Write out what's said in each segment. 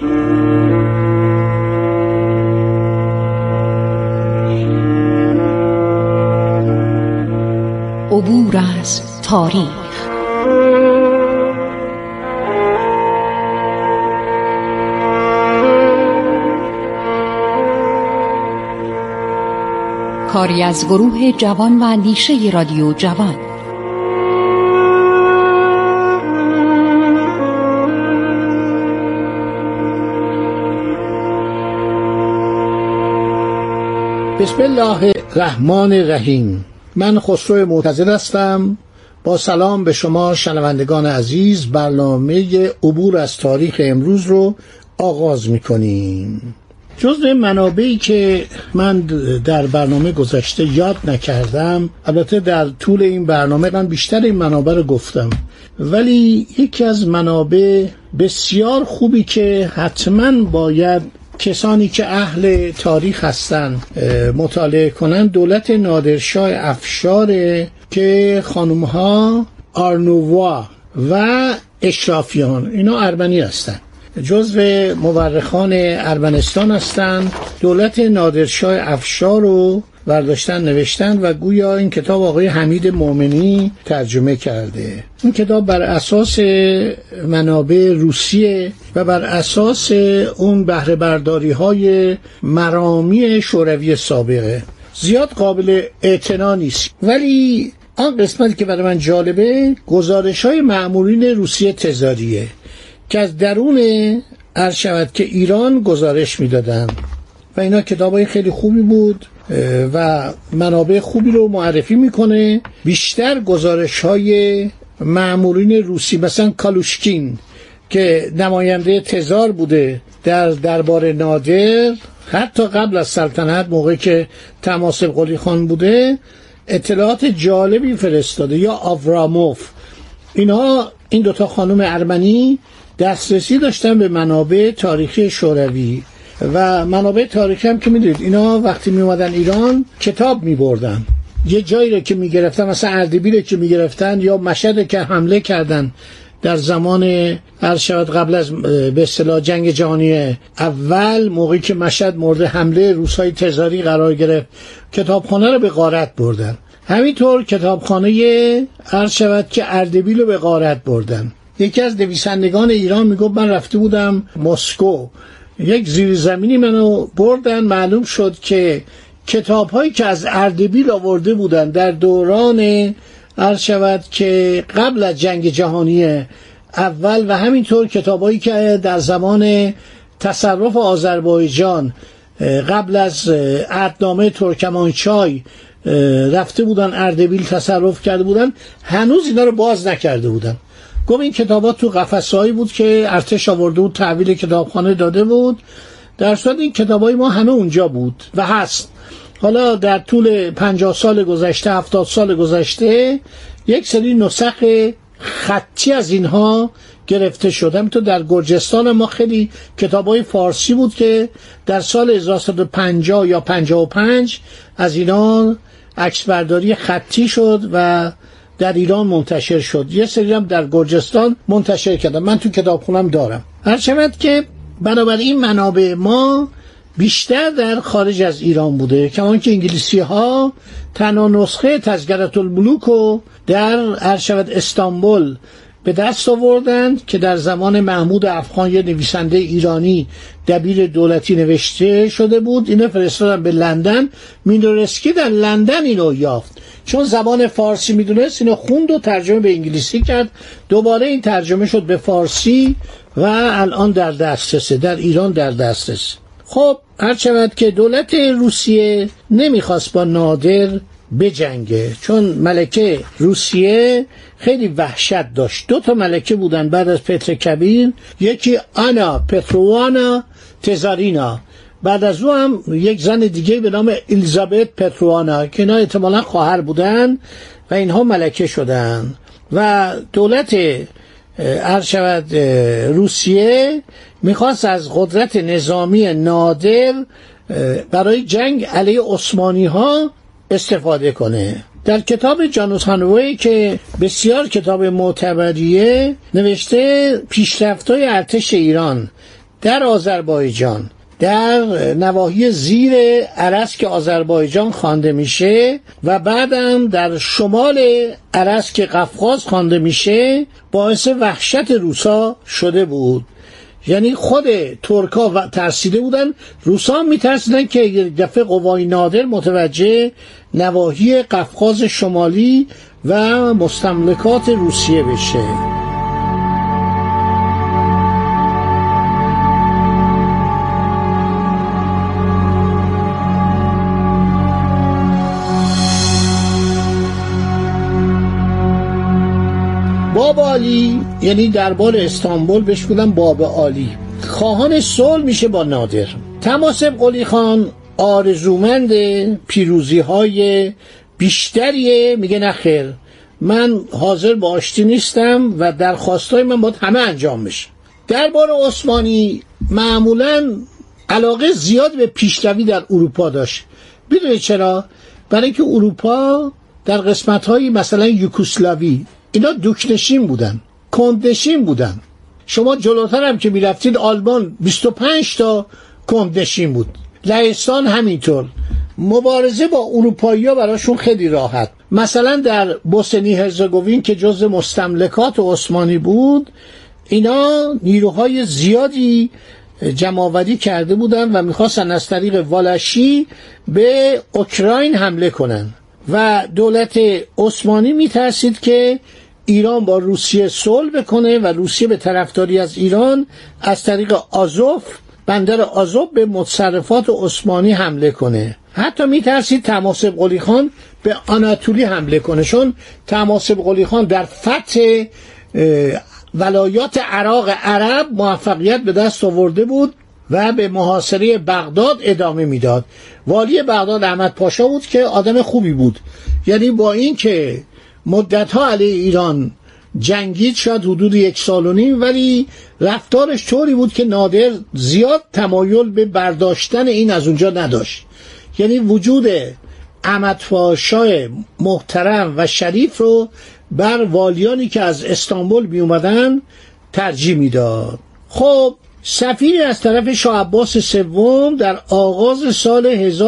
عبور از تاریخ. کاری از گروه جوان و اندیشه رادیو جوان. بسم الله الرحمن الرحیم. من خسرو معتزد هستم. با سلام به شما شنوندگان عزیز، برنامه عبور از تاریخ امروز رو آغاز می‌کنیم. جزء منابعی که من در برنامه گذشته یاد نکردم، البته در طول این برنامه من بیشتر این منابع رو گفتم، ولی یکی از منابع بسیار خوبی که حتما باید کسانی که اهل تاریخ هستن مطالعه کنن، دولت نادرشاه افشاره که خانومها آرنووا و اشرافیان، اینا ارمنی هستن، جزو مورخان ارمنستان هستند. دولت نادرشاه افشار رو برداشتن نوشتن و گویا این کتاب آقای حمید مومنی ترجمه کرده. این کتاب بر اساس منابع روسیه و بر اساس اون بهره برداری های مرامی شوروی سابقه. زیاد قابل اعتنا نیست، ولی آن قسمتی که برای من جالبه گزارش های مأمورین روسیه تزاریه که از درون عرض شود که ایران گزارش میدادن و اینا کتابای خیلی خوبی بود و منابع خوبی رو معرفی میکنه. بیشتر گزارش های مأمورین روسی، مثلا کالوشکین که نماینده تزار بوده در دربار نادر، حتی قبل از سلطنت موقعی که طماسب قلی خان بوده، اطلاعات جالبی فرستاده. یا آوراموف، اینها این دوتا خانم ارمنی دسترسی داشتن به منابع تاریخی شوروی و منابع تاریخی هم که میدونید اینا وقتی میومدن ایران کتاب میبردن. یه جایی رو که میگرفتن، مثلا اردبیل رو که میگرفتن یا مشهد که حمله کردن در زمان عرض شود قبل از به اصطلاح جنگ جهانی اول، موقعی که مشهد مورد حمله روسای تزاری قرار گرفت، کتابخانه رو به غارت بردن. همینطور کتابخانه عرض شود که اردبیل رو به غارت بردن. یکی از نویسندگان ایران میگفت من رفته بودم مسکو، یک زیرزمینی منو بردن، معلوم شد که کتاب‌هایی که از اردبیل آورده بودن در دوران عرض شود که قبل از جنگ جهانی اول و همینطور کتاب‌هایی که در زمان تصرف آذربایجان قبل از عهدنامه ترکمانچای رفته بودن اردبیل تصرف کرده بودن، هنوز اینا رو باز نکرده بودن. گفت این کتابات تو قفسه‌ای بود که ارتش آورده بود تحویل کتابخانه داده بود، در صورت این کتابای ما همه اونجا بود و هست. حالا در طول 50 سال گذشته، 70 سال گذشته، یک سری نسخ خطی از اینها گرفته شد. همینطور در گرجستان ما خیلی کتابای فارسی بود که در سال 1950 یا 55 از اینا عکسبرداری خطی شد و در ایران منتشر شد. یه سری هم در گرجستان منتشر کردم، من تو کتابخونه‌ام دارم. هر شود که بنابراین منابع ما بیشتر در خارج از ایران بوده، کمان که انگلیسی ها تنها نسخه تذکرة الملوک رو در هر شود استانبول به دست آوردن که در زمان محمود افغان، یه نویسنده ایرانی دبیر دولتی، نوشته شده بود. اینو فرستادن به لندن. مینورسکی در لندن اینو یافت، چون زبان فارسی میدونست، اینو خوند و ترجمه به انگلیسی کرد. دوباره این ترجمه شد به فارسی و الان در دسترسه، در ایران در دسترس. خب هر شود که دولت روسیه نمیخواست با نادر بجنگه، چون ملکه روسیه خیلی وحشت داشت. 2 ملکه بودن بعد از پتر کبیر، یکی آنا پتروانا تزارینا، بعد از او هم یک زن دیگه به نام الیزابت پتروانا که اینا احتمالاً خواهر بودن و اینها ملکه شدن. و دولت عرض شود روسیه میخواست از قدرت نظامی نادر برای جنگ علیه عثمانی ها استفاده کنه. در کتاب جانوس هانوی که بسیار کتاب معتبریه، نوشته پیشرفت‌های ارتش ایران در آذربایجان، در نواحی زیر ارس که آذربایجان خوانده میشه و بعدم در شمال ارس که قفقاز خوانده میشه، باعث وحشت روسا شده بود. یعنی خود ترکا ترسیده بودن، روسا هم میترسیدن که یک دفعه قوای نادر متوجه نواحی قفقاز شمالی و مستملکات روسیه بشه. باب عالی یعنی دربار استانبول بهش بودن باب عالی، خواهان صلح میشه با نادر. طماسب قلی خان آرزومند پیروزی های بیشتریه، میگه نخیر، من حاضر با آشتی نیستم و درخواستای من باید همه انجام بشه. دربار عثمانی معمولا علاقه زیاد به پیشروی در اروپا داشت. بدونید چرا؟ برای اینکه اروپا در قسمت‌های مثلا یوگسلاوی اینا دوکنشین بودن، کندنشین بودن. شما جلوتر هم که میرفتید آلمان 25 تا کندنشین بود، لهستان همینطور. مبارزه با اروپایی‌ها براشون خیلی راحت. مثلا در بوسنی هرزگوین که جزء مستملکات عثمانی بود، اینا نیروهای زیادی جمع‌آوری کرده بودن و میخواستن از طریق والاشی به اوکراین حمله کنن و دولت عثمانی میترسید که ایران با روسیه صلح بکنه و روسیه به طرفداری از ایران از طریق آزوف، بندر آزوف، به متصرفات عثمانی حمله کنه. حتی میترسید طماسب قلی خان به آناتولی حمله کنه، چون طماسب قلی خان در فتح ولایات عراق عرب موفقیت به دست آورده بود و به محاصره بغداد ادامه میداد. والی بغداد احمد پاشا بود که آدم خوبی بود، یعنی با این که مدت‌ها علیه ایران جنگید، شاید حدود 1.5 سال، ولی رفتارش طوری بود که نادر زیاد تمایل به برداشتن این از اونجا نداشت. یعنی وجود احمد پاشای محترم و شریف رو بر والیانی که از استانبول می اومدن ترجیح میداد. خب سفیری از طرف شاه عباس سوم در آغاز سال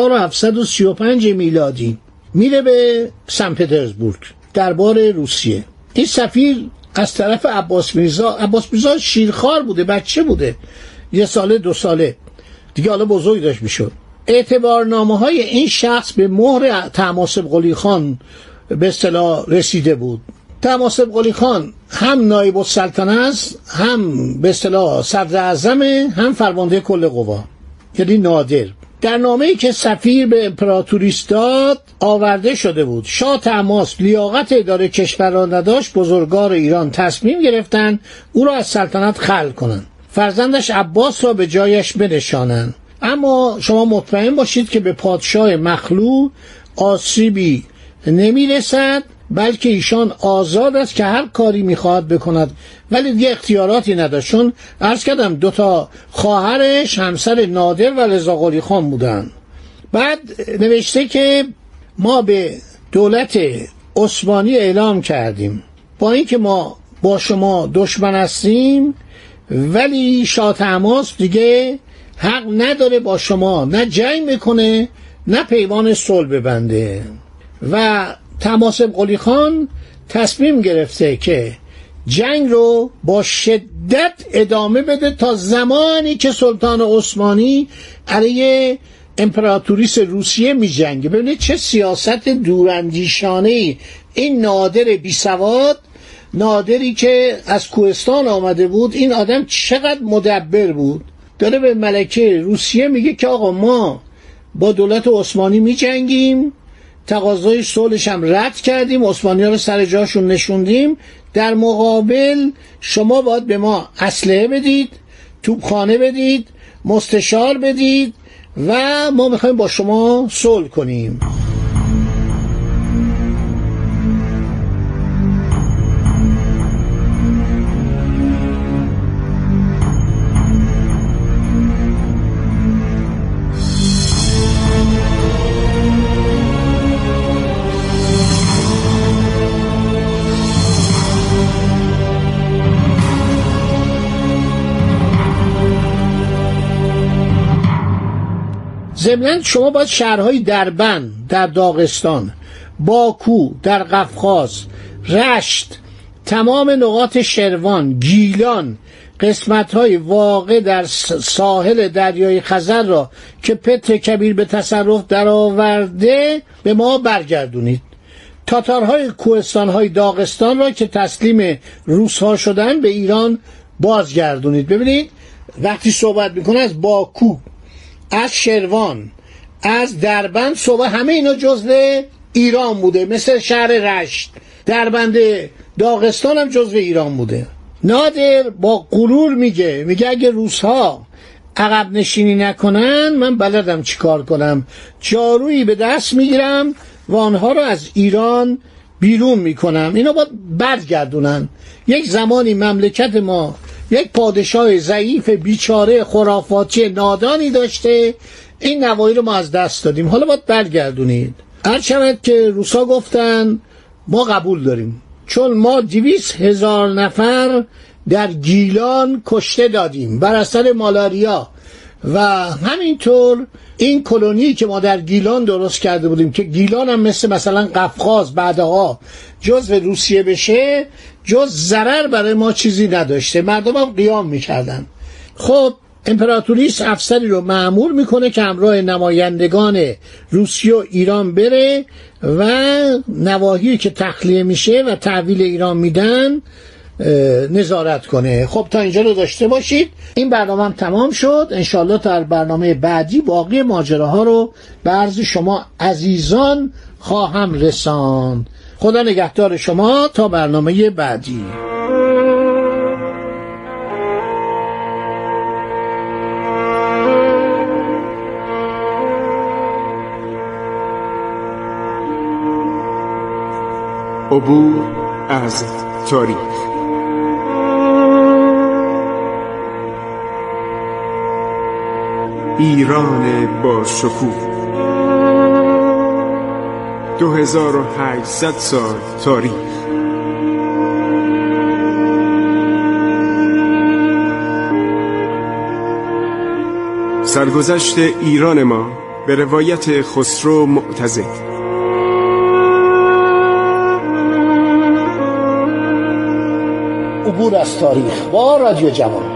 1735 میلادی میره به سن پترزبورگ، دربار روسیه. این سفیر از طرف عباس میرزا شیرخوار بوده، بچه بوده، 1 ساله 2 ساله دیگه، حالا بزرگ داشت میشد. اعتبارنامه های این شخص به مهر طماسب قلی خان به اصطلاح رسیده بود. طماسب قلی خان هم نایب السلطنه است، هم به اصطلاح صدر اعظم، هم فرمانده کل قوا، یعنی نادر. در نامه‌ای که سفیر به امپراتوریست داد آورده شده بود شاه طهماسب لیاقت اداره کشور را نداشت، بزرگان ایران تصمیم گرفتند او را از سلطنت خلع کنند، فرزندش عباس را به جایش بنشانند. اما شما مطمئن باشید که به پادشاه مخلوع آسیبی نمیرسد، بلکه ایشان آزاد است که هر کاری میخواهد بکند، ولی دیگه اختیاراتی نداشت، چون عرض کردم 2 تا خواهرش همسر نادر و رضا قلی خان بودن. بعد نوشته که ما به دولت عثمانی اعلام کردیم با اینکه ما با شما دشمن هستیم، ولی شاه طهماسب دیگه حق نداره با شما نه جنگ میکنه نه پیمان صلح ببنده. و طماسب قلی خان تصمیم گرفته که جنگ رو با شدت ادامه بده تا زمانی که سلطان عثمانی علیه امپراتوریس روسیه می جنگه. ببینید چه سیاست دوراندیشانه‌ای این نادر بی سواد، نادری که از کوهستان آمده بود، این آدم چقدر مدبر بود. داره به ملکه روسیه میگه که آقا ما با دولت عثمانی می جنگیم، تقاضای صلحش هم رد کردیم، عثمانی‌ها رو سر جاشون نشوندیم، در مقابل شما باید به ما اسلحه بدید، توپخانه بدید، مستشار بدید و ما میخوایم با شما صلح کنیم. ضمناً شما باید شهرهای دربند در داغستان، باکو در قفقاز، رشت، تمام نقاط شروان، گیلان، قسمت‌های واقع در ساحل دریای خزر را که پتر کبیر به تصرف درآورده به ما برگردونید. تاتارهای کوهستان‌های داغستان را که تسلیم روس‌ها شدن به ایران بازگردونید. ببینید وقتی صحبت میکنه از باکو، از شروان، از دربند، صحبت همه اینا جزو ایران بوده، مثل شهر رشت. دربند داغستان هم جزو ایران بوده. نادر با غرور میگه اگه روس‌ها عقب نشینی نکنن من بلدم چیکار کنم، جارویی به دست میگیرم و آنها رو از ایران بیرون میکنم. اینا باید برگردونن. یک زمانی مملکت ما یک پادشاه ضعیف بیچاره خرافاتی نادانی داشته، این نواحی رو ما از دست دادیم، حالا باید برگردونید. هرچند که روسا گفتن ما قبول داریم، چون ما 200,000 نفر در گیلان کشته دادیم بر اثر مالاریا و همینطور این کلونی که ما در گیلان درست کرده بودیم که گیلان هم مثلا قفقاز بعدها جزو روسیه بشه، جز ضرر برای ما چیزی نداشته، مردم هم قیام میکردن. خب امپراتوریس افسری رو مأمور میکنه که همراه نمایندگان روسیه و ایران بره و نواحی که تخلیه میشه و تحویل ایران میدن نظارت کنه. خب تا اینجا رو داشته باشید. این برنامه هم تمام شد. انشالله در برنامه بعدی باقی ماجراها رو به عرض شما عزیزان خواهم رساند. خدا نگهدار شما تا برنامه بعدی. عبور از تاریخ. ایران با شکوه، 2800 سال تاریخ. سرگذشت ایران ما به روایت خسرو معتضد. عبور از تاریخ با رادیو جوان.